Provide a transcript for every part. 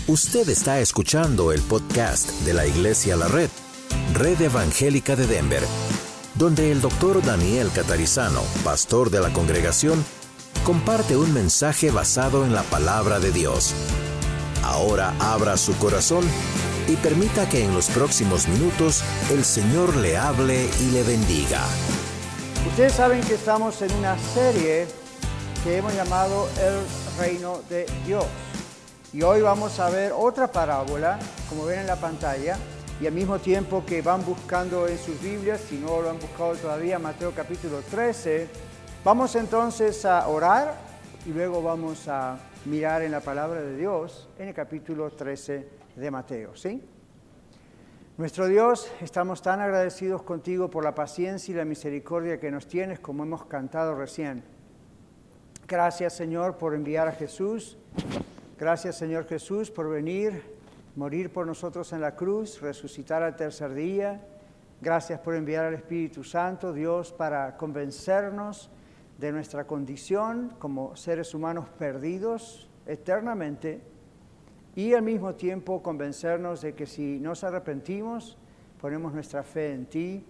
Usted está escuchando el podcast de la Iglesia La Red, Red Evangélica de Denver, donde el Dr. Daniel Catarizano, pastor de la congregación, comparte un mensaje basado en la palabra de Dios. Ahora abra su corazón y permita que en los próximos minutos el Señor le hable y le bendiga. Ustedes saben que estamos en una serie que hemos llamado El Reino de Dios. Y hoy vamos a ver otra parábola, como ven en la pantalla, y al mismo tiempo que van buscando en sus Biblias, si no lo han buscado todavía, Mateo capítulo 13, vamos entonces a orar y luego vamos a mirar en la palabra de Dios en el capítulo 13 de Mateo, ¿sí? Nuestro Dios, estamos tan agradecidos contigo por la paciencia y la misericordia que nos tienes, como hemos cantado recién. Gracias, Señor, por enviar a Jesús. Gracias, Señor Jesús, por venir, morir por nosotros en la cruz, resucitar al tercer día. Gracias por enviar al Espíritu Santo, Dios, para convencernos de nuestra condición como seres humanos perdidos eternamente y al mismo tiempo convencernos de que si nos arrepentimos, ponemos nuestra fe en ti,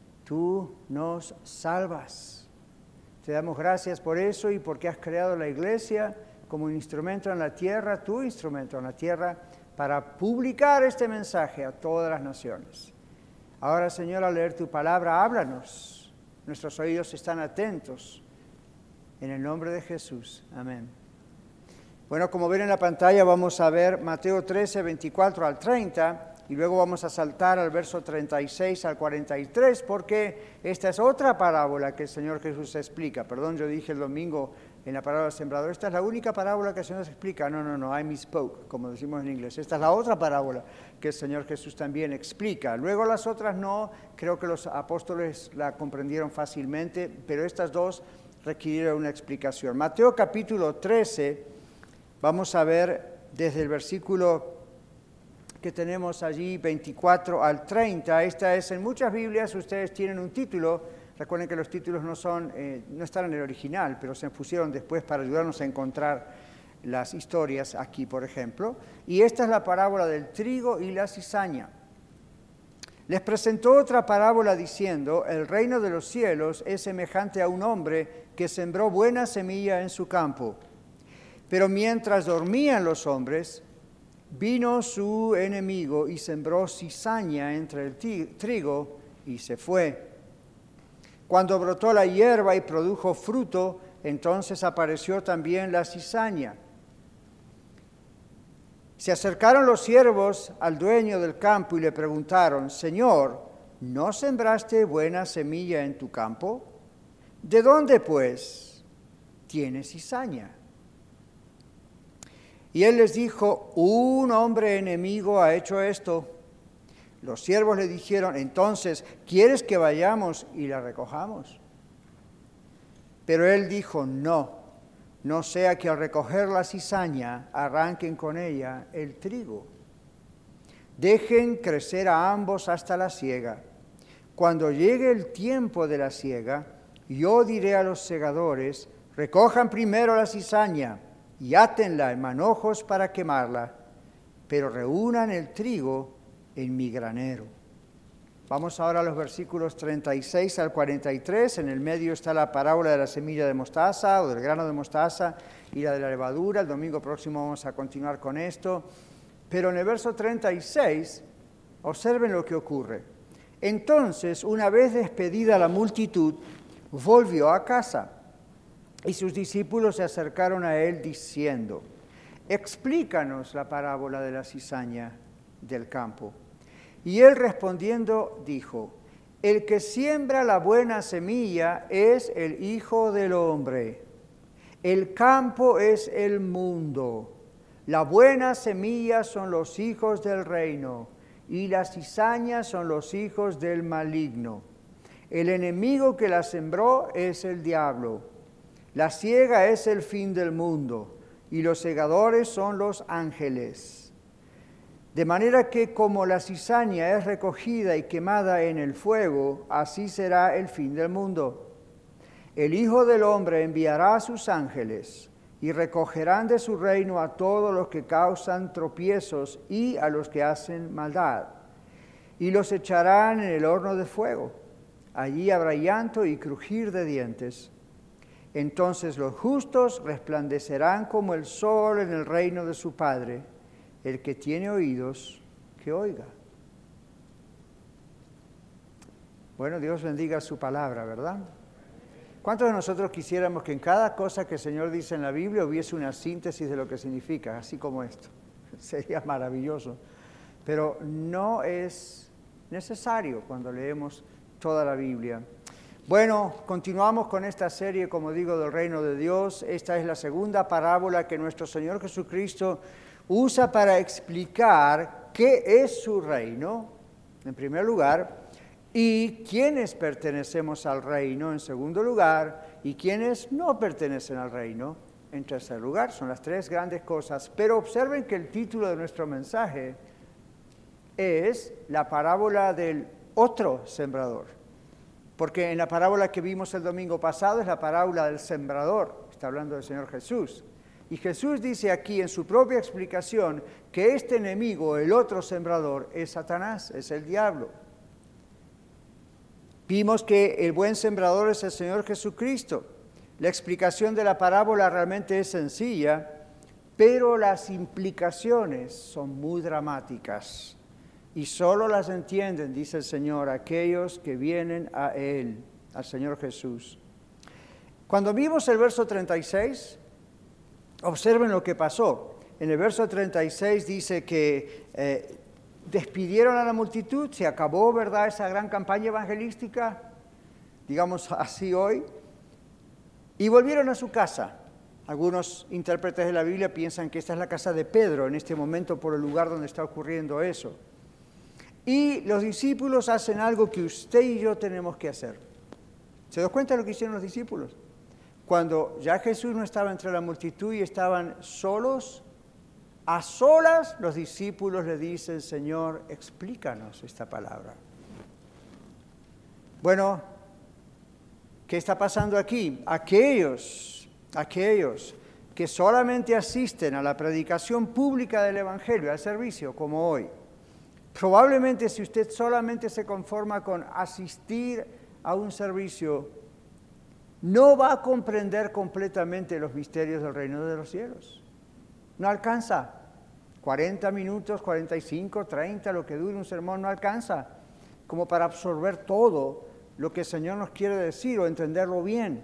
tú nos salvas. Te damos gracias por eso y porque has creado la iglesia como un instrumento en la tierra, tu instrumento en la tierra, para publicar este mensaje a todas las naciones. Ahora, Señor, al leer tu palabra, háblanos. Nuestros oídos están atentos. En el nombre de Jesús. Amén. Bueno, como ven en la pantalla, vamos a ver Mateo 13, 24 al 30, y luego vamos a saltar al verso 36 al 43, porque esta es otra parábola que el Señor Jesús explica. Perdón, yo dije el domingo en la parábola del sembrador, esta es la única parábola que el Señor explica. No, I misspoke, como decimos en inglés. Esta es la otra parábola que el Señor Jesús también explica. Luego las otras no, creo que los apóstoles la comprendieron fácilmente, pero estas dos requirieron una explicación. Mateo capítulo 13, vamos a ver desde el versículo que tenemos allí, 24 al 30. Esta es, en muchas Biblias ustedes tienen un título. Recuerden que los títulos no están en el original, pero se pusieron después para ayudarnos a encontrar las historias aquí, por ejemplo. Y esta es la parábola del trigo y la cizaña. Les presentó otra parábola diciendo: el reino de los cielos es semejante a un hombre que sembró buena semilla en su campo. Pero mientras dormían los hombres, vino su enemigo y sembró cizaña entre el trigo y se fue. Cuando brotó la hierba y produjo fruto, entonces apareció también la cizaña. Se acercaron los siervos al dueño del campo y le preguntaron: Señor, ¿no sembraste buena semilla en tu campo? ¿De dónde, pues, tiene cizaña? Y él les dijo: un hombre enemigo ha hecho esto. Los siervos le dijeron: entonces, ¿quieres que vayamos y la recojamos? Pero él dijo: no sea que al recoger la cizaña arranquen con ella el trigo. Dejen crecer a ambos hasta la siega. Cuando llegue el tiempo de la siega, yo diré a los segadores: recojan primero la cizaña y átenla en manojos para quemarla, pero reúnan el trigo en mi granero. Vamos ahora a los versículos 36 al 43. En el medio está la parábola de la semilla de mostaza o del grano de mostaza y la de la levadura. El domingo próximo vamos a continuar con esto. Pero en el verso 36, observen lo que ocurre. Entonces, una vez despedida la multitud, volvió a casa. Y sus discípulos se acercaron a él diciendo: explícanos la parábola de la cizaña del campo. Y él respondiendo dijo: el que siembra la buena semilla es el Hijo del Hombre. El campo es el mundo. La buena semilla son los hijos del reino, y las cizañas son los hijos del maligno. El enemigo que la sembró es el diablo. La siega es el fin del mundo, y los segadores son los ángeles. De manera que como la cizaña es recogida y quemada en el fuego, así será el fin del mundo. El Hijo del Hombre enviará a sus ángeles, y recogerán de su reino a todos los que causan tropiezos y a los que hacen maldad, y los echarán en el horno de fuego. Allí habrá llanto y crujir de dientes. Entonces los justos resplandecerán como el sol en el reino de su Padre. El que tiene oídos, que oiga. Bueno, Dios bendiga su palabra, ¿verdad? ¿Cuántos de nosotros quisiéramos que en cada cosa que el Señor dice en la Biblia hubiese una síntesis de lo que significa, así como esto? Sería maravilloso. Pero no es necesario cuando leemos toda la Biblia. Bueno, continuamos con esta serie, como digo, del reino de Dios. Esta es la segunda parábola que nuestro Señor Jesucristo usa para explicar qué es su reino, en primer lugar, y quiénes pertenecemos al reino, en segundo lugar, y quiénes no pertenecen al reino, en tercer lugar. Son las tres grandes cosas. Pero observen que el título de nuestro mensaje es la parábola del otro sembrador. Porque en la parábola que vimos el domingo pasado es la parábola del sembrador. Está hablando del Señor Jesús. Y Jesús dice aquí en su propia explicación que este enemigo, el otro sembrador, es Satanás, es el diablo. Vimos que el buen sembrador es el Señor Jesucristo. La explicación de la parábola realmente es sencilla, pero las implicaciones son muy dramáticas. Y solo las entienden, dice el Señor, aquellos que vienen a Él, al Señor Jesús. Cuando vimos el verso 36, observen lo que pasó. En el verso 36 dice que despidieron a la multitud, se acabó, ¿verdad?, esa gran campaña evangelística, digamos así hoy, y volvieron a su casa. Algunos intérpretes de la Biblia piensan que esta es la casa de Pedro en este momento por el lugar donde está ocurriendo eso. Y los discípulos hacen algo que usted y yo tenemos que hacer. ¿Se da cuenta de lo que hicieron los discípulos? Cuando ya Jesús no estaba entre la multitud y estaban solos, a solas, los discípulos le dicen: Señor, explícanos esta palabra. Bueno, ¿qué está pasando aquí? Aquellos que solamente asisten a la predicación pública del Evangelio, al servicio, como hoy, probablemente si usted solamente se conforma con asistir a un servicio, no va a comprender completamente los misterios del reino de los cielos. No alcanza. 40 minutos, 45, 30, lo que dure un sermón no alcanza como para absorber todo lo que el Señor nos quiere decir o entenderlo bien.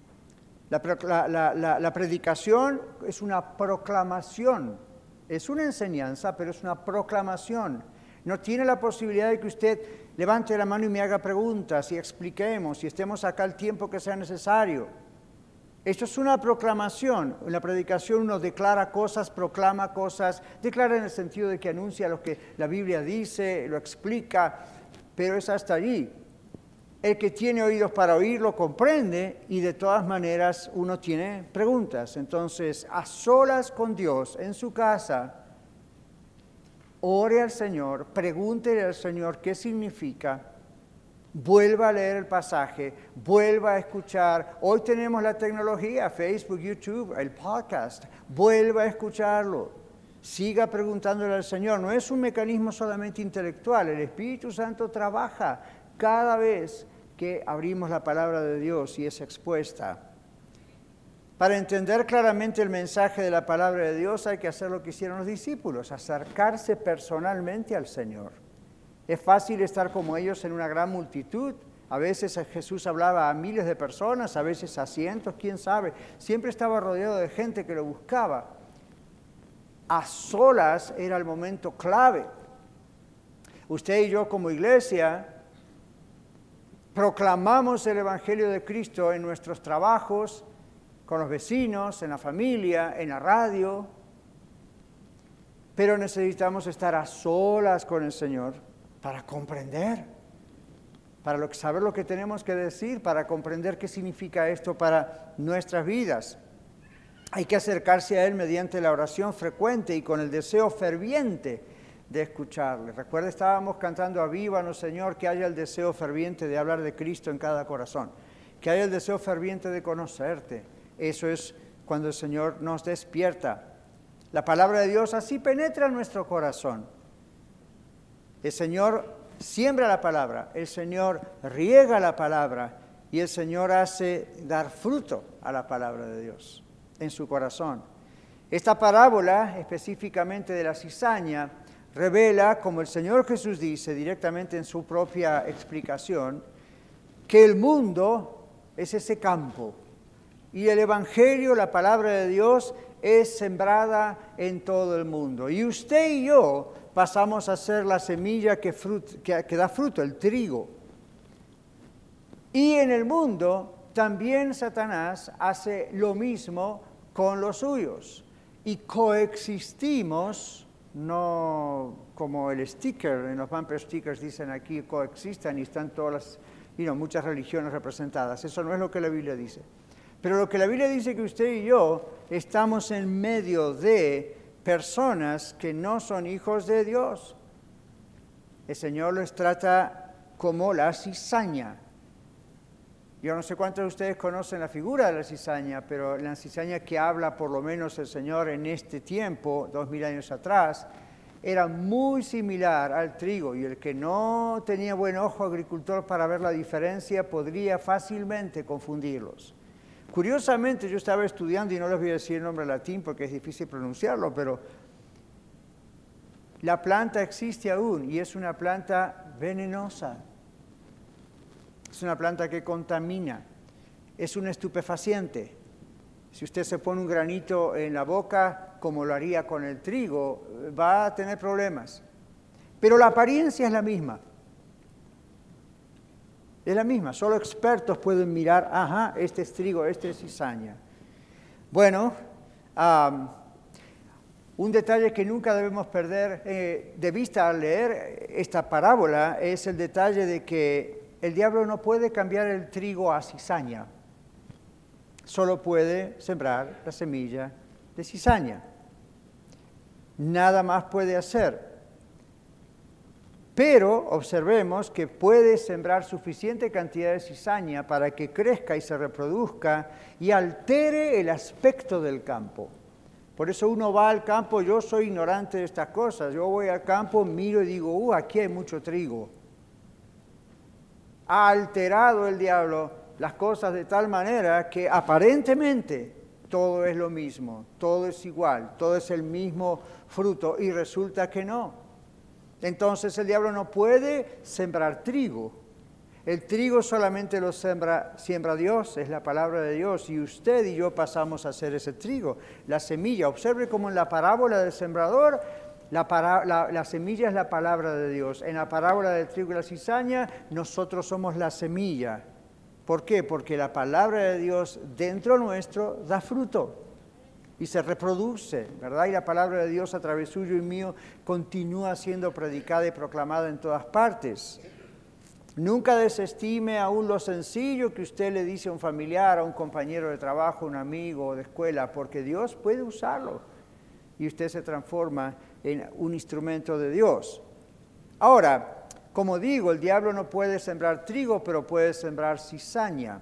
La predicación es una proclamación, es una enseñanza, pero es una proclamación. No tiene la posibilidad de que usted levante la mano y me haga preguntas y expliquemos y estemos acá el tiempo que sea necesario. Esto es una proclamación. En la predicación uno declara cosas, proclama cosas, declara en el sentido de que anuncia lo que la Biblia dice, lo explica, pero es hasta allí. El que tiene oídos para oír lo comprende y de todas maneras uno tiene preguntas. Entonces, a solas con Dios en su casa, ore al Señor, pregúntele al Señor qué significa. Vuelva a leer el pasaje, vuelva a escuchar. Hoy tenemos la tecnología, Facebook, YouTube, el podcast. Vuelva a escucharlo. Siga preguntándole al Señor. No es un mecanismo solamente intelectual. El Espíritu Santo trabaja cada vez que abrimos la palabra de Dios y es expuesta. Para entender claramente el mensaje de la palabra de Dios hay que hacer lo que hicieron los discípulos, acercarse personalmente al Señor. Es fácil estar como ellos en una gran multitud. A veces Jesús hablaba a miles de personas, a veces a cientos, quién sabe. Siempre estaba rodeado de gente que lo buscaba. A solas era el momento clave. Usted y yo como iglesia proclamamos el Evangelio de Cristo en nuestros trabajos, con los vecinos, en la familia, en la radio. Pero necesitamos estar a solas con el Señor para comprender, para saber lo que tenemos que decir, para comprender qué significa esto para nuestras vidas. Hay que acercarse a Él mediante la oración frecuente y con el deseo ferviente de escucharle. Recuerda, estábamos cantando Avívanos, Señor, que haya el deseo ferviente de hablar de Cristo en cada corazón, que haya el deseo ferviente de conocerte. Eso es cuando el Señor nos despierta. La palabra de Dios así penetra en nuestro corazón. El Señor siembra la palabra, el Señor riega la palabra y el Señor hace dar fruto a la palabra de Dios en su corazón. Esta parábola, específicamente de la cizaña, revela, como el Señor Jesús dice directamente en su propia explicación, que el mundo es ese campo y el Evangelio, la palabra de Dios, es sembrada en todo el mundo. Y usted y yo pasamos a ser la semilla que da fruto, el trigo. Y en el mundo también Satanás hace lo mismo con los suyos. Y coexistimos, no como el sticker, en los bumper stickers dicen aquí coexistan y están todas muchas religiones representadas. Eso no es lo que la Biblia dice. Pero lo que la Biblia dice que usted y yo estamos en medio de personas que no son hijos de Dios. El Señor los trata como la cizaña. Yo no sé cuántos de ustedes conocen la figura de la cizaña, pero la cizaña que habla por lo menos el Señor en este tiempo, 2000 años atrás, era muy similar al trigo, y el que no tenía buen ojo agricultor para ver la diferencia podría fácilmente confundirlos. Curiosamente, yo estaba estudiando, y no les voy a decir el nombre latín porque es difícil pronunciarlo, pero la planta existe aún y es una planta venenosa. Es una planta que contamina, es un estupefaciente. Si usted se pone un granito en la boca, como lo haría con el trigo, va a tener problemas. Pero la apariencia es la misma. Es la misma, solo expertos pueden mirar, este es trigo, este es cizaña. Bueno, un detalle que nunca debemos perder de vista al leer esta parábola es el detalle de que el diablo no puede cambiar el trigo a cizaña, solo puede sembrar la semilla de cizaña. Nada más puede hacer. Pero observemos que puede sembrar suficiente cantidad de cizaña para que crezca y se reproduzca y altere el aspecto del campo. Por eso uno va al campo, yo soy ignorante de estas cosas, yo voy al campo, miro y digo, aquí hay mucho trigo. Ha alterado el diablo las cosas de tal manera que aparentemente todo es lo mismo, todo es igual, todo es el mismo fruto y resulta que no. Entonces el diablo no puede sembrar trigo. El trigo solamente lo siembra Dios, es la palabra de Dios, y usted y yo pasamos a ser ese trigo, la semilla. Observe cómo en la parábola del sembrador, la semilla es la palabra de Dios. En la parábola del trigo y la cizaña, nosotros somos la semilla. ¿Por qué? Porque la palabra de Dios dentro nuestro da fruto y se reproduce, ¿verdad? Y la palabra de Dios a través suyo y mío continúa siendo predicada y proclamada en todas partes. Nunca desestime aún lo sencillo que usted le dice a un familiar, a un compañero de trabajo, a un amigo de escuela, porque Dios puede usarlo y usted se transforma en un instrumento de Dios. Ahora, como digo, el diablo no puede sembrar trigo, pero puede sembrar cizaña.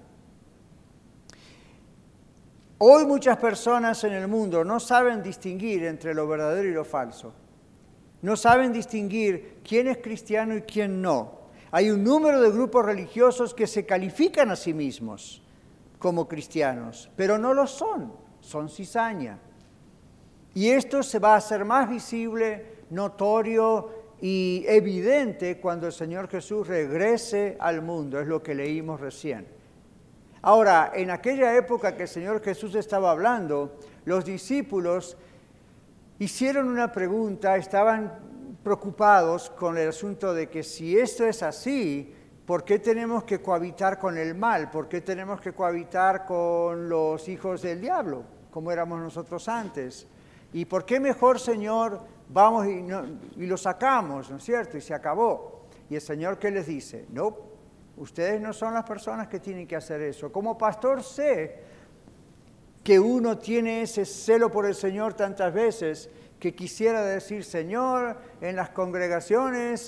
Hoy muchas personas en el mundo no saben distinguir entre lo verdadero y lo falso. No saben distinguir quién es cristiano y quién no. Hay un número de grupos religiosos que se califican a sí mismos como cristianos, pero no lo son, son cizaña. Y esto se va a hacer más visible, notorio y evidente cuando el Señor Jesús regrese al mundo, es lo que leímos recién. Ahora, en aquella época que el Señor Jesús estaba hablando, los discípulos hicieron una pregunta, estaban preocupados con el asunto de que si esto es así, ¿por qué tenemos que cohabitar con el mal? ¿Por qué tenemos que cohabitar con los hijos del diablo, como éramos nosotros antes? ¿Y por qué mejor, Señor, vamos y lo sacamos, ¿no es cierto? Y se acabó. Y el Señor, ¿qué les dice? No, ustedes no son las personas que tienen que hacer eso. Como pastor sé que uno tiene ese celo por el Señor tantas veces que quisiera decir, Señor, en las congregaciones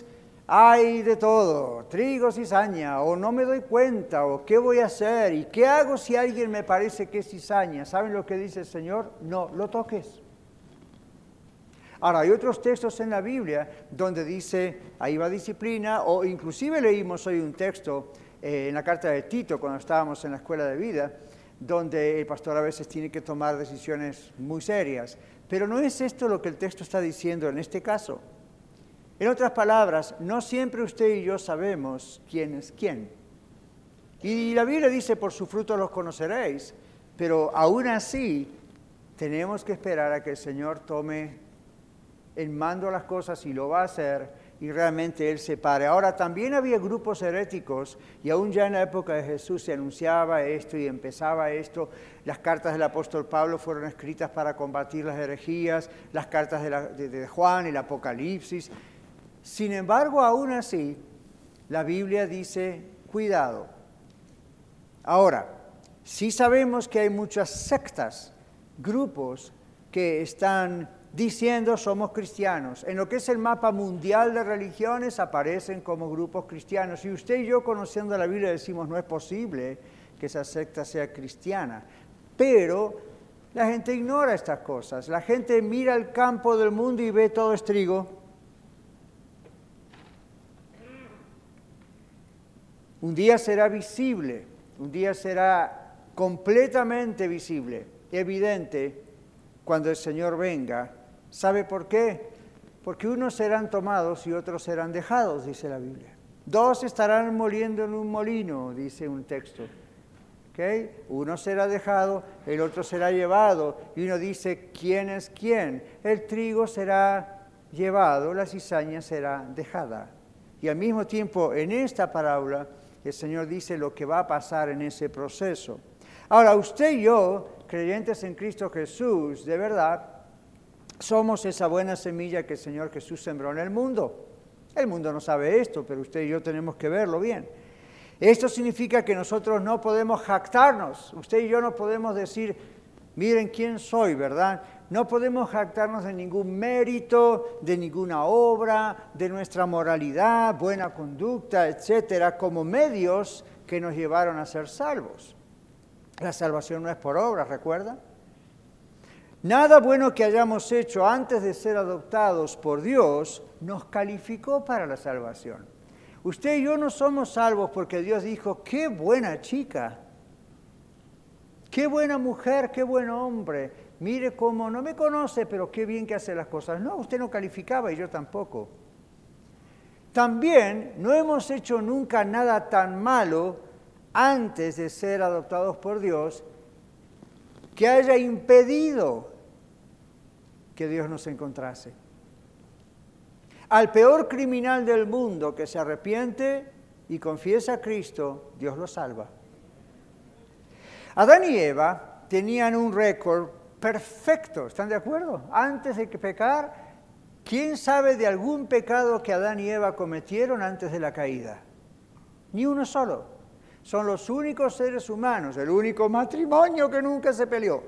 hay de todo, trigo, cizaña, o no me doy cuenta, o qué voy a hacer, y qué hago si alguien me parece que es cizaña. ¿Saben lo que dice el Señor? No lo toques. Ahora, hay otros textos en la Biblia donde dice, ahí va disciplina, o inclusive leímos hoy un texto en la carta de Tito, cuando estábamos en la escuela de vida, donde el pastor a veces tiene que tomar decisiones muy serias. Pero no es esto lo que el texto está diciendo en este caso. En otras palabras, no siempre usted y yo sabemos quién es quién. Y la Biblia dice, por su fruto los conoceréis, pero aún así tenemos que esperar a que el Señor tome el mando a las cosas y lo va a hacer y realmente Él separe. Ahora, también había grupos heréticos y aún ya en la época de Jesús se anunciaba esto y empezaba esto. Las cartas del apóstol Pablo fueron escritas para combatir las herejías, las cartas de Juan, el Apocalipsis. Sin embargo, aún así, la Biblia dice, cuidado. Ahora, sí sabemos que hay muchas sectas, grupos que están diciendo somos cristianos. En lo que es el mapa mundial de religiones aparecen como grupos cristianos. Y usted y yo, conociendo la Biblia, decimos no es posible que esa secta sea cristiana. Pero la gente ignora estas cosas. La gente mira el campo del mundo y ve todo es trigo. Un día será visible, un día será completamente visible, evidente, cuando el Señor venga. ¿Sabe por qué? Porque unos serán tomados y otros serán dejados, dice la Biblia. Dos estarán moliendo en un molino, dice un texto. ¿Okay? Uno será dejado, el otro será llevado. Y uno dice, ¿quién es quién? El trigo será llevado, la cizaña será dejada. Y al mismo tiempo, en esta parábola, el Señor dice lo que va a pasar en ese proceso. Ahora, usted y yo, creyentes en Cristo Jesús, de verdad, somos esa buena semilla que el Señor Jesús sembró en el mundo. El mundo no sabe esto, pero usted y yo tenemos que verlo bien. Esto significa que nosotros no podemos jactarnos. Usted y yo no podemos decir, miren quién soy, ¿verdad? No podemos jactarnos de ningún mérito, de ninguna obra, de nuestra moralidad, buena conducta, etcétera, como medios que nos llevaron a ser salvos. La salvación no es por obras, ¿recuerda? Nada bueno que hayamos hecho antes de ser adoptados por Dios nos calificó para la salvación. Usted y yo no somos salvos porque Dios dijo, qué buena chica, qué buena mujer, qué buen hombre. Mire cómo no me conoce, pero qué bien que hace las cosas. No, usted no calificaba y yo tampoco. También no hemos hecho nunca nada tan malo antes de ser adoptados por Dios que haya impedido que Dios nos encontrase. Al peor criminal del mundo que se arrepiente y confiesa a Cristo, Dios lo salva. Adán y Eva tenían un récord perfecto, ¿están de acuerdo? Antes de pecar, ¿quién sabe de algún pecado que Adán y Eva cometieron antes de la caída? Ni uno solo. Son los únicos seres humanos, el único matrimonio que nunca se peleó.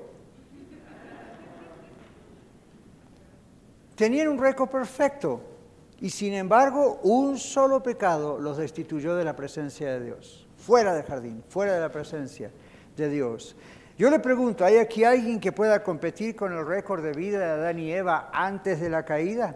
Tenían un récord perfecto y sin embargo un solo pecado los destituyó de la presencia de Dios, fuera del jardín, fuera de la presencia de Dios. Yo le pregunto, ¿hay aquí alguien que pueda competir con el récord de vida de Adán y Eva antes de la caída?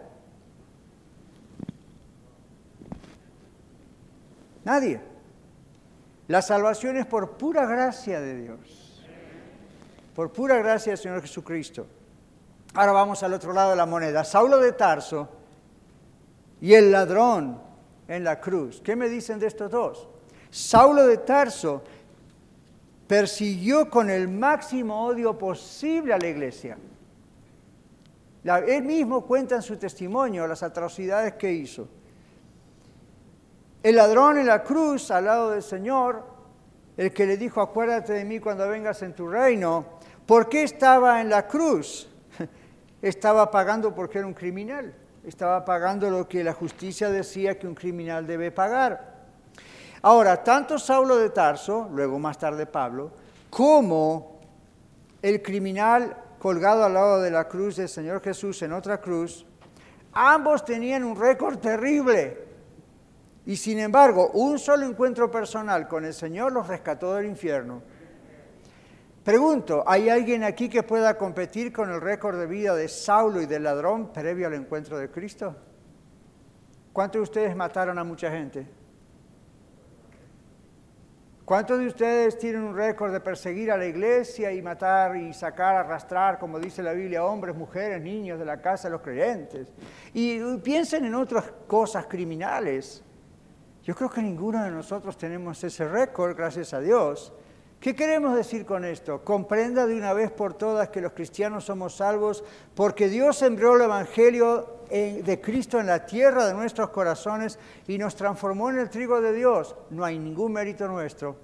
Nadie. La salvación es por pura gracia de Dios, por pura gracia del Señor Jesucristo. Ahora vamos al otro lado de la moneda. Saulo de Tarso y el ladrón en la cruz. ¿Qué me dicen de estos dos? Saulo de Tarso persiguió con el máximo odio posible a la iglesia. Él mismo cuenta en su testimonio las atrocidades que hizo. El ladrón en la cruz, al lado del Señor, el que le dijo, acuérdate de mí cuando vengas en tu reino. ¿Por qué estaba en la cruz? Estaba pagando porque era un criminal. Estaba pagando lo que la justicia decía que un criminal debe pagar. Ahora, tanto Saulo de Tarso, luego más tarde Pablo, como el criminal colgado al lado de la cruz del Señor Jesús en otra cruz, ambos tenían un récord terrible. Y sin embargo, un solo encuentro personal con el Señor los rescató del infierno. Pregunto, ¿hay alguien aquí que pueda competir con el récord de vida de Saulo y del ladrón previo al encuentro de Cristo? ¿Cuántos de ustedes mataron a mucha gente? ¿Cuántos de ustedes tienen un récord de perseguir a la iglesia y matar y sacar, arrastrar, como dice la Biblia, hombres, mujeres, niños de la casa de los creyentes? Y piensen en otras cosas criminales. Yo creo que ninguno de nosotros tenemos ese récord, gracias a Dios. ¿Qué queremos decir con esto? Comprenda de una vez por todas que los cristianos somos salvos porque Dios sembró el Evangelio de Cristo en la tierra de nuestros corazones y nos transformó en el trigo de Dios. No hay ningún mérito nuestro.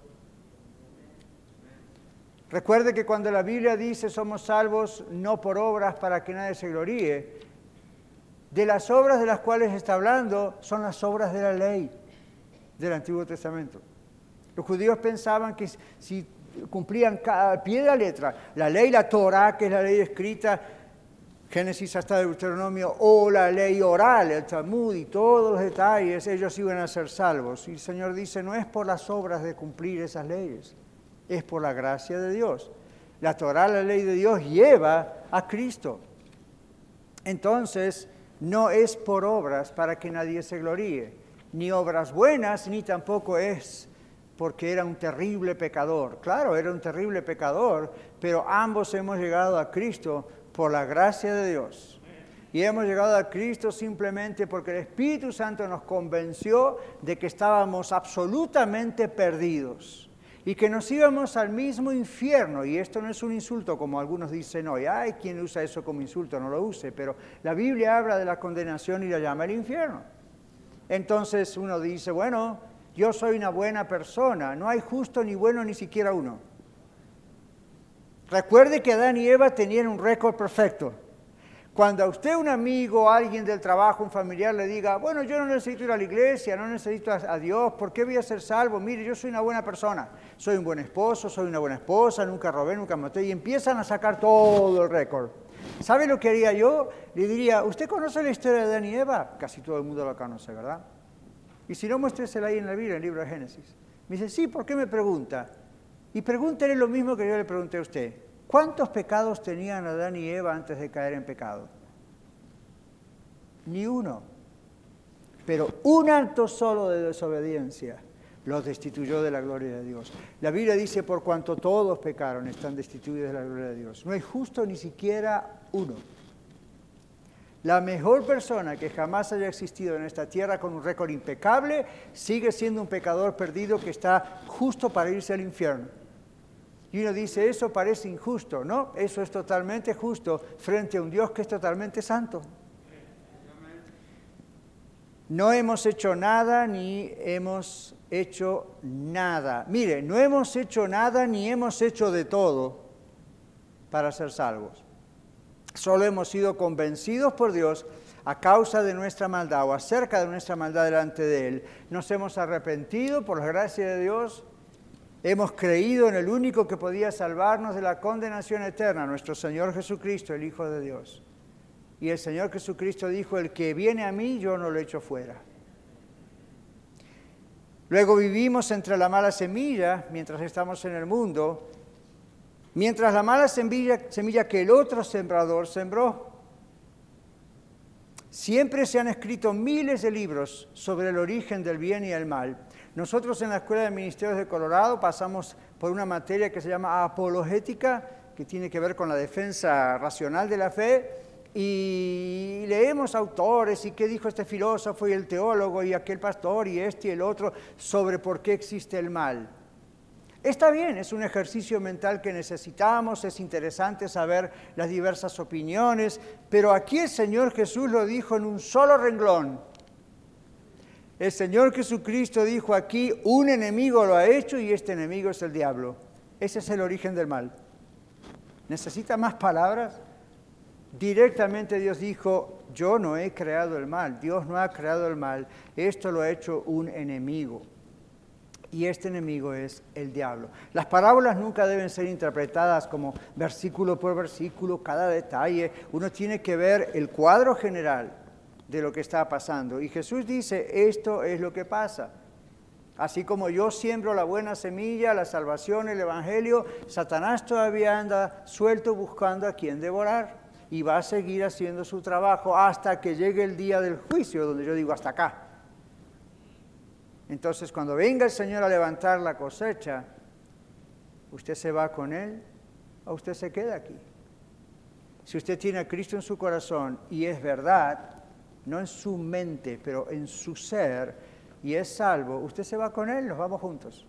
Recuerde que cuando la Biblia dice somos salvos no por obras para que nadie se gloríe, de las obras de las cuales está hablando son las obras de la ley del Antiguo Testamento. Los judíos pensaban que si cumplían al pie de la letra la ley, la Torá, que es la ley escrita, Génesis hasta Deuteronomio, o la ley oral, el Talmud y todos los detalles, ellos iban a ser salvos. Y el Señor dice, no es por las obras de cumplir esas leyes, es por la gracia de Dios. La Torá, la ley de Dios, lleva a Cristo. Entonces, no es por obras para que nadie se gloríe, ni obras buenas, ni tampoco es porque era un terrible pecador. Claro, era un terrible pecador, pero ambos hemos llegado a Cristo por la gracia de Dios. Y hemos llegado a Cristo simplemente porque el Espíritu Santo nos convenció de que estábamos absolutamente perdidos y que nos íbamos al mismo infierno. Y esto no es un insulto, como algunos dicen hoy. Hay quien usa eso como insulto, no lo use. Pero la Biblia habla de la condenación y la llama el infierno. Entonces uno dice, bueno, yo soy una buena persona. No hay justo ni bueno ni siquiera uno. Recuerde que Adán y Eva tenían un récord perfecto. Cuando a usted un amigo, alguien del trabajo, un familiar le diga, bueno, yo no necesito ir a la iglesia, no necesito a Dios, ¿por qué voy a ser salvo? Mire, yo soy una buena persona, soy un buen esposo, soy una buena esposa, nunca robé, nunca maté, y empiezan a sacar todo el récord. ¿Sabe lo que haría yo? Le diría, ¿usted conoce la historia de Adán y Eva? Casi todo el mundo la conoce, ¿verdad? Y si no, muéstresela ahí en la Biblia, en el libro de Génesis. Me dice, sí, ¿por qué me pregunta? Y pregúntele lo mismo que yo le pregunté a usted. ¿Cuántos pecados tenían Adán y Eva antes de caer en pecado? Ni uno. Pero un acto solo de desobediencia los destituyó de la gloria de Dios. La Biblia dice, por cuanto todos pecaron, están destituidos de la gloria de Dios. No hay justo ni siquiera uno. La mejor persona que jamás haya existido en esta tierra con un récord impecable sigue siendo un pecador perdido que está justo para irse al infierno. Y uno dice, eso parece injusto. No, eso es totalmente justo frente a un Dios que es totalmente santo. No hemos hecho nada ni hemos hecho nada. Mire, no hemos hecho nada ni hemos hecho de todo para ser salvos. Solo hemos sido convencidos por Dios a causa de nuestra maldad o acerca de nuestra maldad delante de Él. Nos hemos arrepentido por la gracia de Dios. Hemos creído en el único que podía salvarnos de la condenación eterna, nuestro Señor Jesucristo, el Hijo de Dios. Y el Señor Jesucristo dijo, el que viene a mí, yo no lo echo fuera. Luego vivimos entre la mala semilla, mientras estamos en el mundo, mientras la mala semilla que el otro sembrador sembró. Siempre se han escrito miles de libros sobre el origen del bien y el mal. Nosotros en la Escuela de Ministerios de Colorado pasamos por una materia que se llama apologética, que tiene que ver con la defensa racional de la fe, y leemos autores y qué dijo este filósofo y el teólogo y aquel pastor y este y el otro sobre por qué existe el mal. Está bien, es un ejercicio mental que necesitamos, es interesante saber las diversas opiniones, pero aquí el Señor Jesús lo dijo en un solo renglón. El Señor Jesucristo dijo aquí, un enemigo lo ha hecho y este enemigo es el diablo. Ese es el origen del mal. ¿Necesita más palabras? Directamente Dios dijo, yo no he creado el mal, Dios no ha creado el mal, esto lo ha hecho un enemigo. Y este enemigo es el diablo. Las parábolas nunca deben ser interpretadas como versículo por versículo, cada detalle. Uno tiene que ver el cuadro general de lo que está pasando. Y Jesús dice, esto es lo que pasa. Así como yo siembro la buena semilla, la salvación, el evangelio, Satanás todavía anda suelto buscando a quien devorar y va a seguir haciendo su trabajo hasta que llegue el día del juicio, donde yo digo hasta acá. Entonces, cuando venga el Señor a levantar la cosecha, ¿usted se va con Él o usted se queda aquí? Si usted tiene a Cristo en su corazón y es verdad, no en su mente, pero en su ser, y es salvo, usted se va con Él, nos vamos juntos.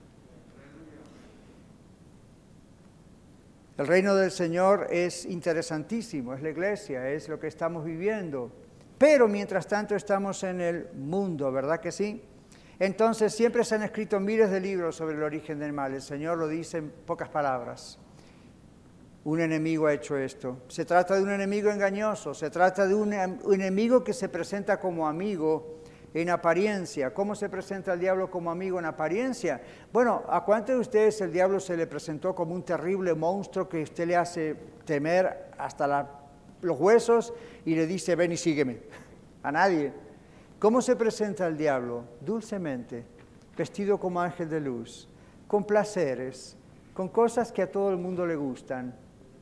El reino del Señor es interesantísimo, es la iglesia, es lo que estamos viviendo. Pero mientras tanto estamos en el mundo, ¿verdad que sí? Entonces siempre se han escrito miles de libros sobre el origen del mal. El Señor lo dice en pocas palabras. Un enemigo ha hecho esto. Se trata de un enemigo engañoso, se trata de un enemigo que se presenta como amigo en apariencia. ¿Cómo se presenta el diablo como amigo en apariencia? Bueno, ¿a cuántos de ustedes el diablo se le presentó como un terrible monstruo que usted le hace temer hasta los huesos y le dice, ven y sígueme? A nadie. ¿Cómo se presenta el diablo? Dulcemente, vestido como ángel de luz, con placeres, con cosas que a todo el mundo le gustan.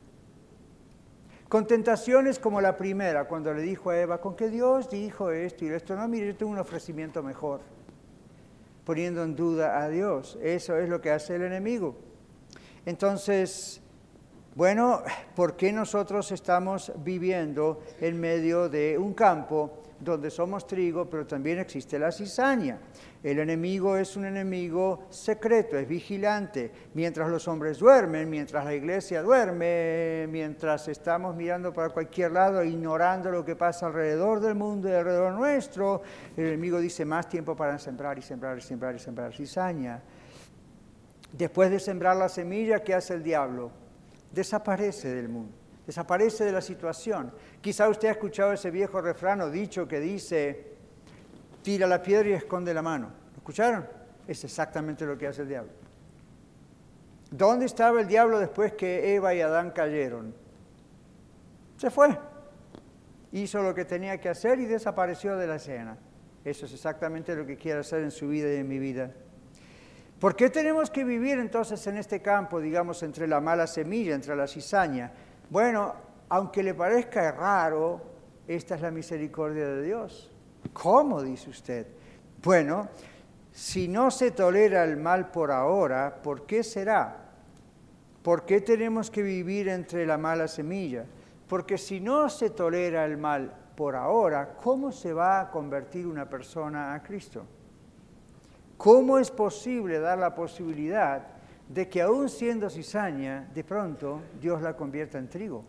Con tentaciones como la primera, cuando le dijo a Eva, con que Dios dijo esto y esto. No, mire, yo tengo un ofrecimiento mejor. Poniendo en duda a Dios. Eso es lo que hace el enemigo. Entonces, bueno, ¿por qué nosotros estamos viviendo en medio de un campo donde somos trigo, pero también existe la cizaña? El enemigo es un enemigo secreto, es vigilante. Mientras los hombres duermen, mientras la iglesia duerme, mientras estamos mirando para cualquier lado, ignorando lo que pasa alrededor del mundo y alrededor nuestro, el enemigo dice más tiempo para sembrar y sembrar y sembrar y sembrar cizaña. Después de sembrar la semilla, ¿qué hace el diablo? Desaparece del mundo, desaparece de la situación. Quizá usted ha escuchado ese viejo refrán o dicho que dice, tira la piedra y esconde la mano. ¿Lo escucharon? Es exactamente lo que hace el diablo. ¿Dónde estaba el diablo después que Eva y Adán cayeron? Se fue. Hizo lo que tenía que hacer y desapareció de la escena. Eso es exactamente lo que quiere hacer en su vida y en mi vida. ¿Por qué tenemos que vivir entonces en este campo, digamos, entre la mala semilla, entre la cizaña? Bueno, aunque le parezca raro, esta es la misericordia de Dios. ¿Cómo, dice usted? Bueno, si no se tolera el mal por ahora, ¿por qué será? ¿Por qué tenemos que vivir entre la mala semilla? Porque si no se tolera el mal por ahora, ¿cómo se va a convertir una persona a Cristo? ¿Cómo es posible dar la posibilidad de que aún siendo cizaña, de pronto Dios la convierta en trigo?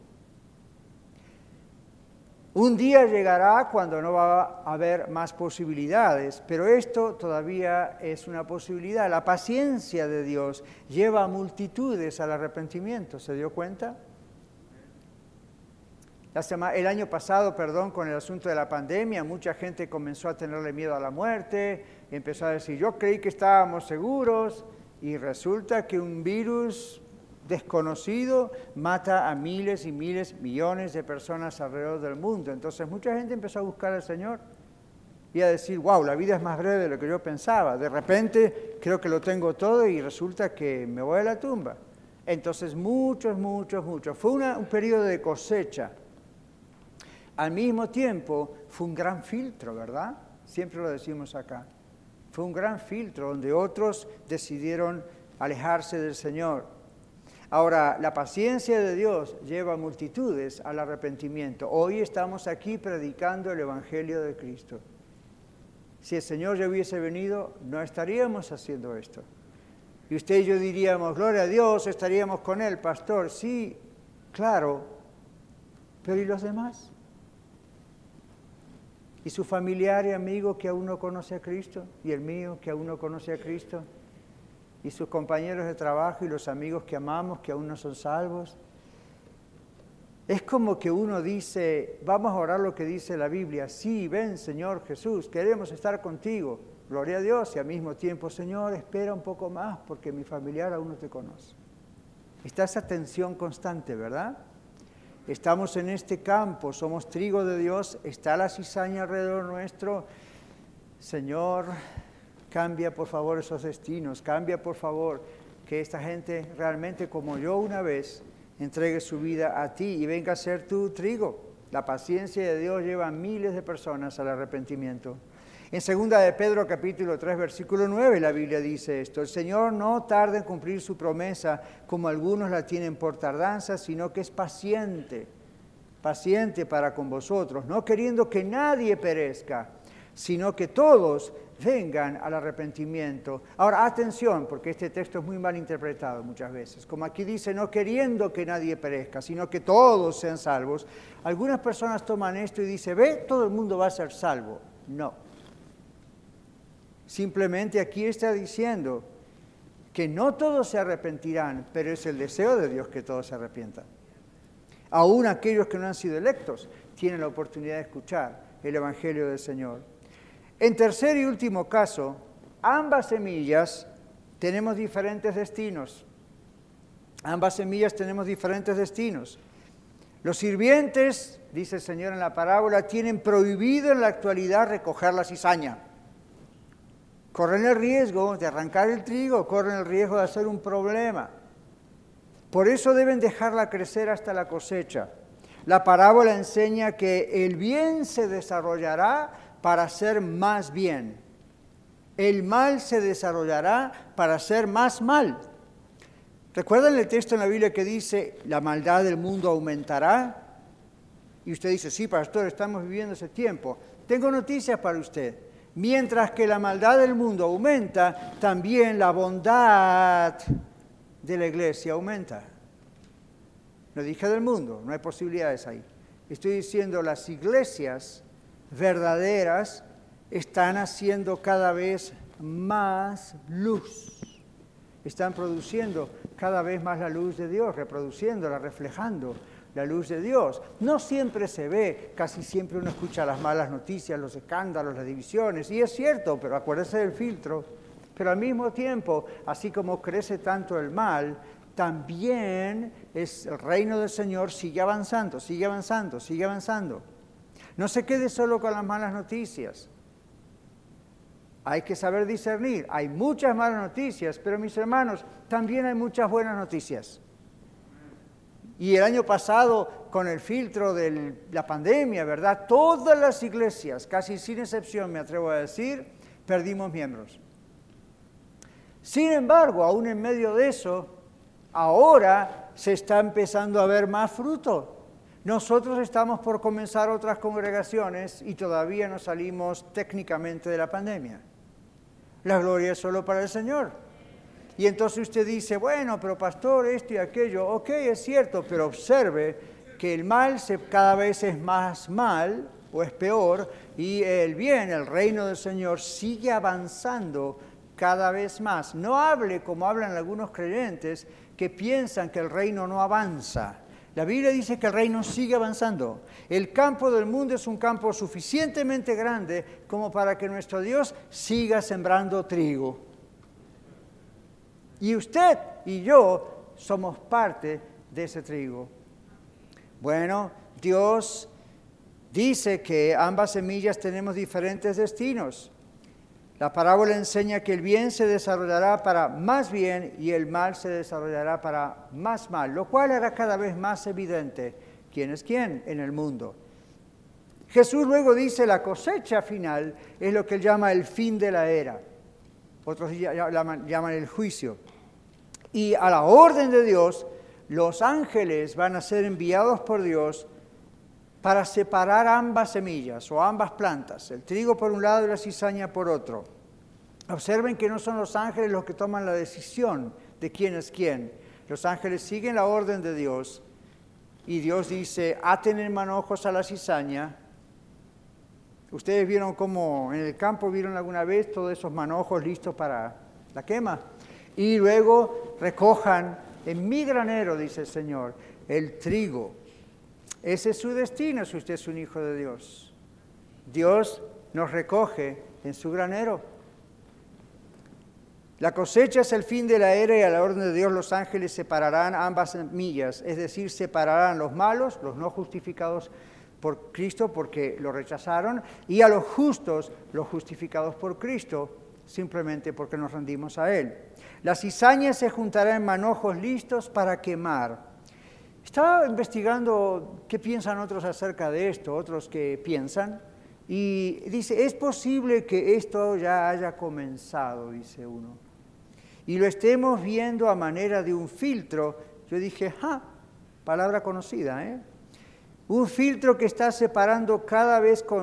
Un día llegará cuando no va a haber más posibilidades, pero esto todavía es una posibilidad. La paciencia de Dios lleva a multitudes al arrepentimiento, ¿se dio cuenta? El año pasado, con el asunto de la pandemia, mucha gente comenzó a tenerle miedo a la muerte, y empezó a decir, yo creí que estábamos seguros, y resulta que un virus desconocido mata a miles y miles, millones de personas alrededor del mundo. Entonces mucha gente empezó a buscar al Señor y a decir, wow, la vida es más breve de lo que yo pensaba. De repente creo que lo tengo todo y resulta que me voy a la tumba. Entonces muchos. Fue un periodo de cosecha. Al mismo tiempo fue un gran filtro, ¿verdad? Siempre lo decimos acá. Fue un gran filtro donde otros decidieron alejarse del Señor. Ahora, la paciencia de Dios lleva a multitudes al arrepentimiento. Hoy estamos aquí predicando el Evangelio de Cristo. Si el Señor ya hubiese venido, no estaríamos haciendo esto. Y usted y yo diríamos, gloria a Dios, estaríamos con Él, pastor. Sí, claro, pero ¿y los demás? ¿Y su familiar y amigo que aún no conoce a Cristo? ¿Y el mío que aún no conoce a Cristo? ¿Y sus compañeros de trabajo y los amigos que amamos que aún no son salvos? Es como que uno dice, vamos a orar lo que dice la Biblia. Sí, ven Señor Jesús, queremos estar contigo. Gloria a Dios. Y al mismo tiempo, Señor, espera un poco más porque mi familiar aún no te conoce. Está esa tensión constante, ¿verdad? estamos en este campo, somos trigo de Dios, está la cizaña alrededor nuestro. Señor, cambia por favor esos destinos, cambia por favor que esta gente realmente como yo una vez entregue su vida a ti y venga a ser tu trigo. La paciencia de Dios lleva a miles de personas al arrepentimiento. En 2 de Pedro capítulo 3 versículo 9 la Biblia dice esto: el Señor no tarda en cumplir su promesa como algunos la tienen por tardanza, sino que es paciente para con vosotros, no queriendo que nadie perezca, sino que todos vengan al arrepentimiento. Ahora, atención, porque este texto es muy mal interpretado muchas veces. Como aquí dice, no queriendo que nadie perezca, sino que todos sean salvos. Algunas personas toman esto y dicen, ve, todo el mundo va a ser salvo. No. Simplemente aquí está diciendo que no todos se arrepentirán, pero es el deseo de Dios que todos se arrepientan. Aún aquellos que no han sido electos tienen la oportunidad de escuchar el Evangelio del Señor. En tercer y último caso, ambas semillas tenemos diferentes destinos. Ambas semillas tenemos diferentes destinos. Los sirvientes, dice el Señor en la parábola, tienen prohibido en la actualidad recoger la cizaña. Corren el riesgo de arrancar el trigo, corren el riesgo de hacer un problema. Por eso deben dejarla crecer hasta la cosecha. La parábola enseña que el bien se desarrollará para hacer más bien. El mal se desarrollará para hacer más mal. ¿Recuerdan el texto en la Biblia que dice, la maldad del mundo aumentará? Y usted dice, sí, pastor, estamos viviendo ese tiempo. Tengo noticias para usted. Mientras que la maldad del mundo aumenta, también la bondad de la iglesia aumenta. No dije del mundo, no hay posibilidades ahí. Estoy diciendo las iglesias verdaderas están haciendo cada vez más luz. Están produciendo cada vez más la luz de Dios, reproduciéndola, reflejando la luz de Dios. No siempre se ve, casi siempre uno escucha las malas noticias, los escándalos, las divisiones, y es cierto, pero acuérdese del filtro. Pero al mismo tiempo, así como crece tanto el mal, también el reino del Señor sigue avanzando, sigue avanzando, sigue avanzando. No se quede solo con las malas noticias. Hay que saber discernir. Hay muchas malas noticias, pero mis hermanos, también hay muchas buenas noticias. Y el año pasado, con el filtro de la pandemia, ¿verdad? Todas las iglesias, casi sin excepción, me atrevo a decir, perdimos miembros. Sin embargo, aún en medio de eso, ahora se está empezando a ver más fruto. Nosotros estamos por comenzar otras congregaciones y todavía no salimos técnicamente de la pandemia. La gloria es solo para el Señor. Y entonces usted dice, bueno, pero pastor, esto y aquello. Ok, es cierto, pero observe que el mal cada vez es más mal o es peor y el bien, el reino del Señor sigue avanzando cada vez más. No hable como hablan algunos creyentes que piensan que el reino no avanza. La Biblia dice que el reino sigue avanzando. El campo del mundo es un campo suficientemente grande como para que nuestro Dios siga sembrando trigo. Y usted y yo somos parte de ese trigo. Bueno, Dios dice que ambas semillas tenemos diferentes destinos. La parábola enseña que el bien se desarrollará para más bien y el mal se desarrollará para más mal, lo cual hará cada vez más evidente quién es quién en el mundo. Jesús luego dice la cosecha final es lo que él llama el fin de la era. Otros llaman el juicio. Y a la orden de Dios, los ángeles van a ser enviados por Dios para separar ambas semillas o ambas plantas, el trigo por un lado y la cizaña por otro. Observen que no son los ángeles los que toman la decisión de quién es quién. Los ángeles siguen la orden de Dios y Dios dice, aten en manojos a la cizaña. Ustedes vieron cómo en el campo, vieron alguna vez todos esos manojos listos para la quema. Y luego recojan en mi granero, dice el Señor, el trigo. Ese es su destino si usted es un hijo de Dios. Dios nos recoge en su granero. La cosecha es el fin de la era y a la orden de Dios los ángeles separarán ambas semillas, es decir, separarán los malos, los no justificados por Cristo porque lo rechazaron, y a los justos, los justificados por Cristo, simplemente porque nos rendimos a Él. La cizaña se juntará en manojos listos para quemar. Estaba investigando qué piensan otros acerca de esto, otros que piensan, y dice, es posible que esto ya haya comenzado, dice uno, y lo estemos viendo a manera de un filtro. Yo dije, palabra conocida, ¿eh? Un filtro que está separando cada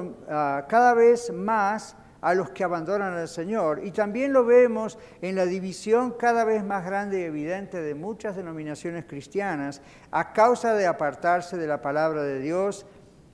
vez más a los que abandonan al Señor. Y también lo vemos en la división cada vez más grande y evidente de muchas denominaciones cristianas a causa de apartarse de la palabra de Dios.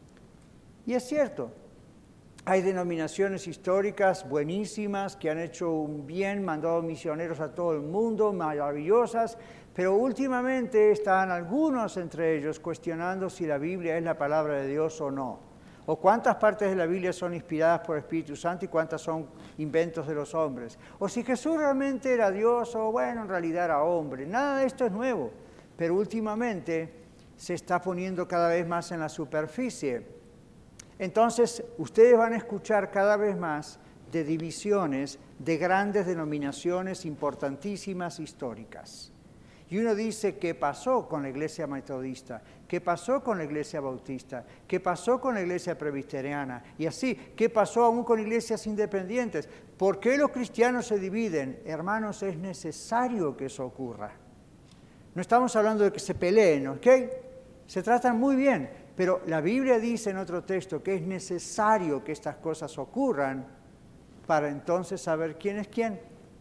Y es cierto, hay denominaciones históricas buenísimas que han hecho un bien, mandado misioneros a todo el mundo, maravillosas, pero últimamente están algunos entre ellos cuestionando si la Biblia es la palabra de Dios o no, o cuántas partes de la Biblia son inspiradas por el Espíritu Santo y cuántas son inventos de los hombres, o si Jesús realmente era Dios o en realidad era hombre. Nada de esto es nuevo, pero últimamente se está poniendo cada vez más en la superficie. Entonces, ustedes van a escuchar cada vez más de divisiones de grandes denominaciones importantísimas históricas. Y uno dice, ¿qué pasó con la iglesia metodista? ¿Qué pasó con la iglesia bautista? ¿Qué pasó con la iglesia presbiteriana? Y así, ¿qué pasó aún con iglesias independientes? ¿Por qué los cristianos se dividen? Hermanos, es necesario que eso ocurra. No estamos hablando de que se peleen, ¿ok? Se tratan muy bien, pero la Biblia dice en otro texto que es necesario que estas cosas ocurran para entonces saber quién es quién.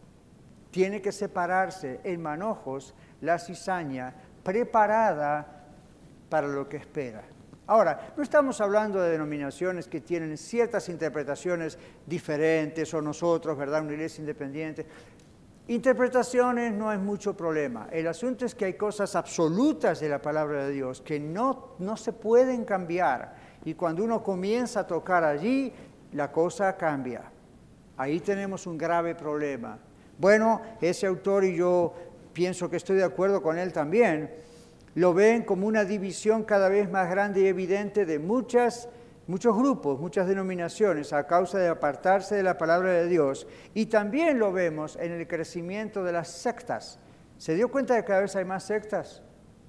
Tiene que separarse en manojos la cizaña preparada para lo que espera. Ahora, no estamos hablando de denominaciones que tienen ciertas interpretaciones diferentes o nosotros, ¿verdad?, una iglesia independiente. Interpretaciones no es mucho problema. El asunto es que hay cosas absolutas de la palabra de Dios que no se pueden cambiar. Y cuando uno comienza a tocar allí, la cosa cambia. Ahí tenemos un grave problema. Bueno, ese autor, y yo pienso que estoy de acuerdo con él también, lo ven como una división cada vez más grande y evidente de muchos grupos, muchas denominaciones, a causa de apartarse de la palabra de Dios. Y también lo vemos en el crecimiento de las sectas. ¿Se dio cuenta de que cada vez hay más sectas?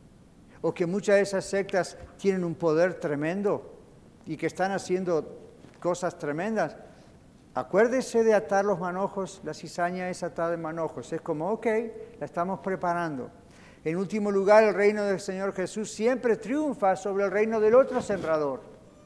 ¿O que muchas de esas sectas tienen un poder tremendo y que están haciendo cosas tremendas? Acuérdese de atar los manojos, la cizaña es atada en manojos. Es como, la estamos preparando. En último lugar, el reino del Señor Jesús siempre triunfa sobre el reino del otro sembrador.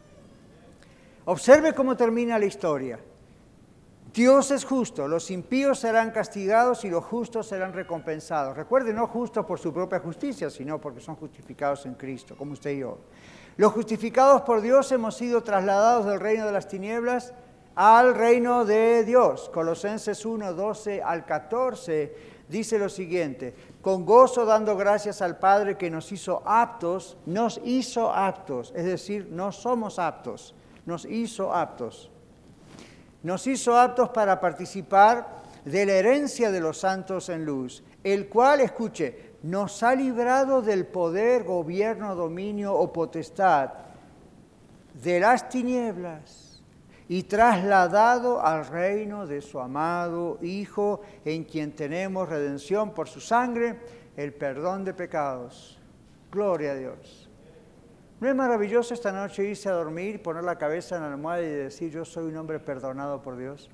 Observe cómo termina la historia. Dios es justo, los impíos serán castigados y los justos serán recompensados. Recuerde, no justos por su propia justicia, sino porque son justificados en Cristo, como usted y yo. Los justificados por Dios hemos sido trasladados del reino de las tinieblas al reino de Dios. Colosenses 1, 12 al 14 dice lo siguiente: con gozo dando gracias al Padre que nos hizo aptos, es decir, no somos aptos, nos hizo aptos para participar de la herencia de los santos en luz, el cual, escuche, nos ha librado del poder, gobierno, dominio o potestad de las tinieblas y trasladado al reino de su amado Hijo, en quien tenemos redención por su sangre, el perdón de pecados. Gloria a Dios. ¿No es maravilloso esta noche irse a dormir, poner la cabeza en la almohada y decir, yo soy un hombre perdonado por Dios?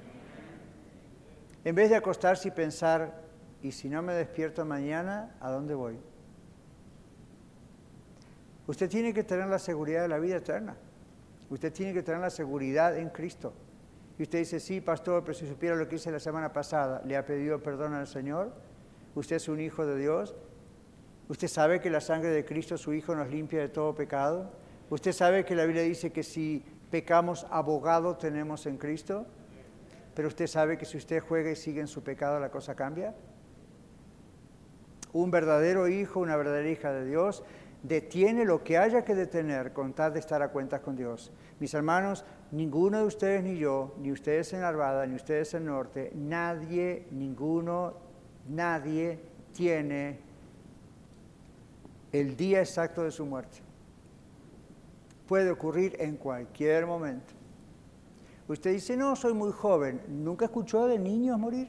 En vez de acostarse y pensar, ¿y si no me despierto mañana, a dónde voy? Usted tiene que tener la seguridad de la vida eterna. Usted tiene que tener la seguridad en Cristo. Y usted dice, sí, pastor, pero si supiera lo que hice la semana pasada, ¿le ha pedido perdón al Señor? ¿Usted es un hijo de Dios? ¿Usted sabe que la sangre de Cristo, su Hijo, nos limpia de todo pecado? ¿Usted sabe que la Biblia dice que si pecamos, abogado tenemos en Cristo? Pero usted sabe que si usted juega y sigue en su pecado, ¿la cosa cambia? Un verdadero hijo, una verdadera hija de Dios, Detiene lo que haya que detener con tal de estar a cuentas con Dios. Mis hermanos, ninguno de ustedes ni yo, ni ustedes en Arvada, ni ustedes en Norte, nadie tiene el día exacto de su muerte. Puede ocurrir en cualquier momento. Usted dice, no, soy muy joven. ¿Nunca escuchó de niños morir?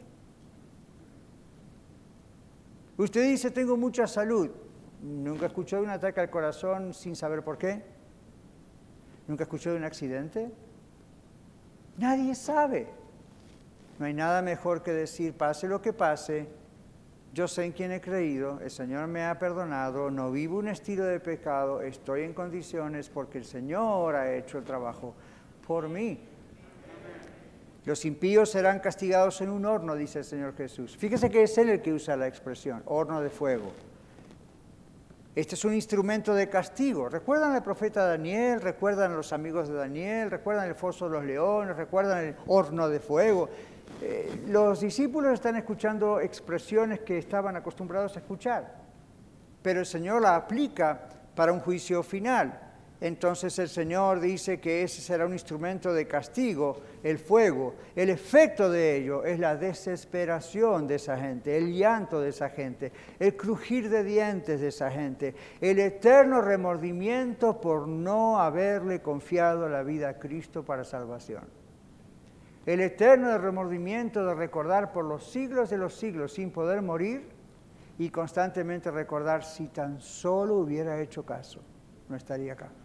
Usted dice, tengo mucha salud. ¿Nunca escuchó de un ataque al corazón sin saber por qué? ¿Nunca escuchó de un accidente? Nadie sabe. No hay nada mejor que decir, pase lo que pase, yo sé en quién he creído, el Señor me ha perdonado, no vivo un estilo de pecado, estoy en condiciones porque el Señor ha hecho el trabajo por mí. Los impíos serán castigados en un horno, dice el Señor Jesús. Fíjese que es Él el que usa la expresión, horno de fuego. Este es un instrumento de castigo. ¿Recuerdan al profeta Daniel? ¿Recuerdan a los amigos de Daniel? ¿Recuerdan el foso de los leones? ¿Recuerdan el horno de fuego? Los discípulos están escuchando expresiones que estaban acostumbrados a escuchar, pero el Señor la aplica para un juicio final. Entonces el Señor dice que ese será un instrumento de castigo, el fuego. El efecto de ello es la desesperación de esa gente, el llanto de esa gente, el crujir de dientes de esa gente, el eterno remordimiento por no haberle confiado la vida a Cristo para salvación. El eterno remordimiento de recordar por los siglos de los siglos sin poder morir y constantemente recordar si tan solo hubiera hecho caso, no estaría acá.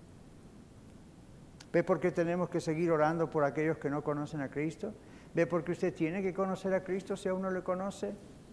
¿Ve por qué tenemos que seguir orando por aquellos que no conocen a Cristo? ¿Ve por qué usted tiene que conocer a Cristo si aún no le conoce?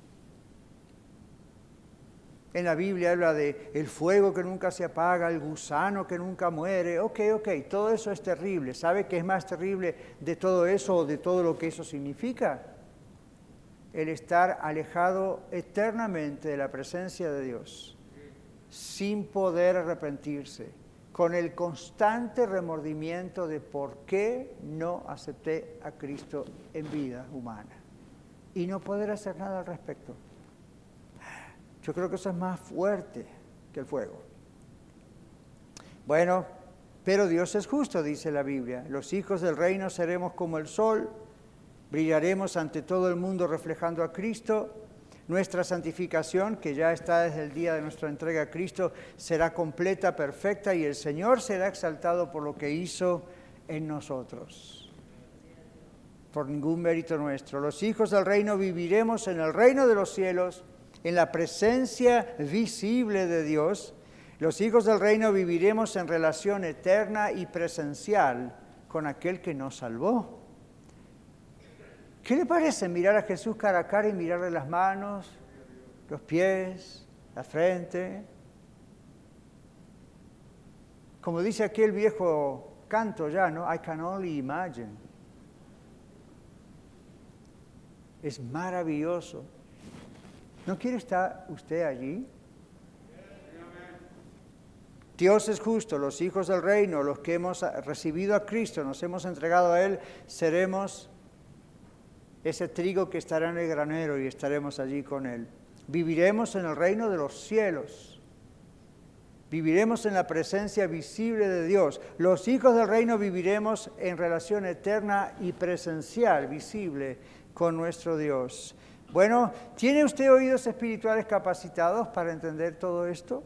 En la Biblia habla de el fuego que nunca se apaga, el gusano que nunca muere. Ok, todo eso es terrible. ¿Sabe qué es más terrible de todo eso o de todo lo que eso significa? El estar alejado eternamente de la presencia de Dios, sin poder arrepentirse, con el constante remordimiento de por qué no acepté a Cristo en vida humana y no poder hacer nada al respecto. Yo creo que eso es más fuerte que el fuego. Bueno, pero Dios es justo, dice la Biblia. Los hijos del reino seremos como el sol, brillaremos ante todo el mundo reflejando a Cristo. Nuestra santificación, que ya está desde el día de nuestra entrega a Cristo, será completa, perfecta, y el Señor será exaltado por lo que hizo en nosotros, por ningún mérito nuestro. Los hijos del reino viviremos en el reino de los cielos, en la presencia visible de Dios. Los hijos del reino viviremos en relación eterna y presencial con aquel que nos salvó. ¿Qué le parece mirar a Jesús cara a cara y mirarle las manos, los pies, la frente? Como dice aquel viejo canto ya, ¿no? I can only imagine. Es maravilloso. ¿No quiere estar usted allí? Dios es justo, los hijos del reino, los que hemos recibido a Cristo, nos hemos entregado a Él, seremos ese trigo que estará en el granero y estaremos allí con Él. Viviremos en el reino de los cielos. Viviremos en la presencia visible de Dios. Los hijos del reino viviremos en relación eterna y presencial, visible con nuestro Dios. Bueno, ¿tiene usted oídos espirituales capacitados para entender todo esto?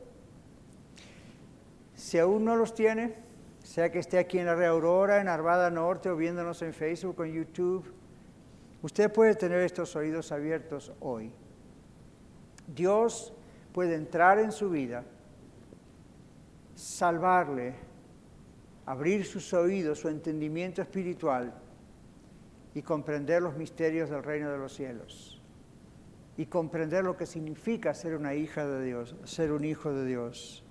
Si aún no los tiene, sea que esté aquí en la Rea Aurora, en Arvada Norte o viéndonos en Facebook o en YouTube, usted puede tener estos oídos abiertos hoy. Dios puede entrar en su vida, salvarle, abrir sus oídos, su entendimiento espiritual y comprender los misterios del reino de los cielos. Y comprender lo que significa ser una hija de Dios, ser un hijo de Dios.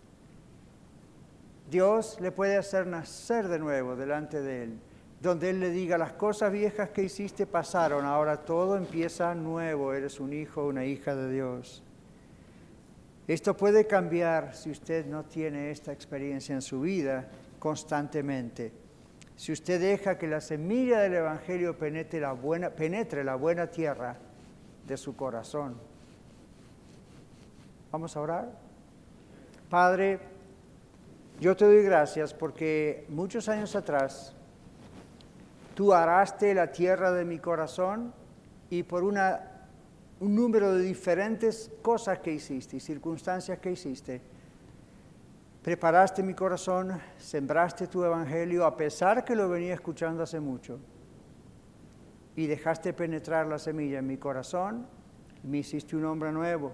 Dios le puede hacer nacer de nuevo delante de Él, donde Él le diga, las cosas viejas que hiciste pasaron, ahora todo empieza nuevo, eres un hijo o una hija de Dios. Esto puede cambiar si usted no tiene esta experiencia en su vida constantemente. Si usted deja que la semilla del Evangelio penetre la buena tierra de su corazón. ¿Vamos a orar? Padre, yo te doy gracias porque muchos años atrás tú araste la tierra de mi corazón y por un número de diferentes cosas que hiciste y circunstancias que hiciste, preparaste mi corazón, sembraste tu evangelio a pesar que lo venía escuchando hace mucho y dejaste penetrar la semilla en mi corazón, me hiciste un hombre nuevo,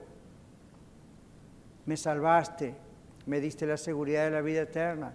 me salvaste, me diste la seguridad de la vida eterna.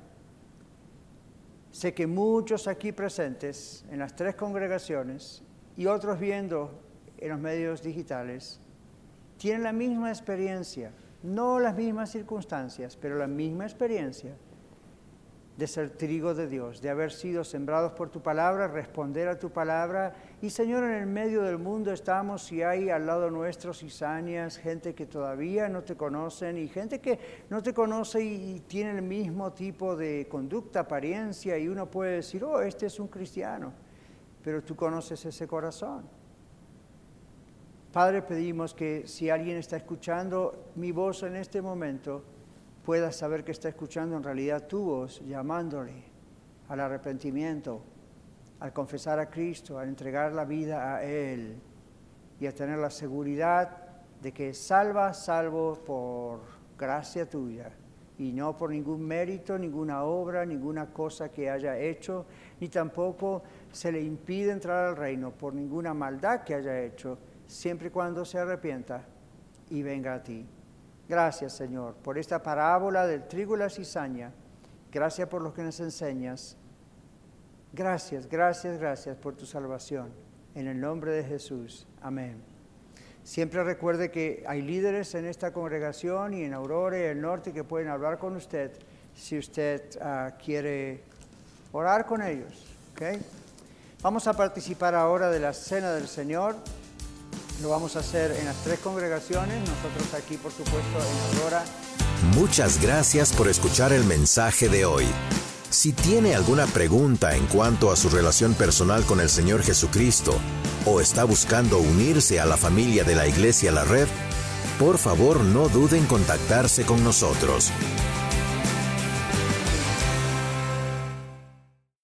Sé que muchos aquí presentes en las 3 congregaciones y otros viendo en los medios digitales tienen la misma experiencia, no las mismas circunstancias, pero la misma experiencia de ser trigo de Dios, de haber sido sembrados por tu palabra, responder a tu palabra. Y Señor, en el medio del mundo estamos y hay al lado nuestro cizañas, gente que todavía no te conocen y gente que no te conoce y tiene el mismo tipo de conducta, apariencia, y uno puede decir, oh, este es un cristiano, pero tú conoces ese corazón. Padre, pedimos que si alguien está escuchando mi voz en este momento, pueda saber que está escuchando en realidad tu voz, llamándole al arrepentimiento, al confesar a Cristo, a entregar la vida a Él y a tener la seguridad de que es salvo por gracia tuya y no por ningún mérito, ninguna obra, ninguna cosa que haya hecho, ni tampoco se le impide entrar al reino por ninguna maldad que haya hecho, siempre y cuando se arrepienta y venga a ti. Gracias, Señor, por esta parábola del trigo y la cizaña. Gracias por lo que nos enseñas. Gracias por tu salvación. En el nombre de Jesús. Amén. Siempre recuerde que hay líderes en esta congregación y en Aurora y el norte que pueden hablar con usted si usted quiere orar con ellos. ¿Okay? Vamos a participar ahora de la Cena del Señor. Lo vamos a hacer en las 3 congregaciones, nosotros aquí, por supuesto, en Aurora. Muchas gracias por escuchar el mensaje de hoy. Si tiene alguna pregunta en cuanto a su relación personal con el Señor Jesucristo o está buscando unirse a la familia de la Iglesia La Red, por favor no duden en contactarse con nosotros.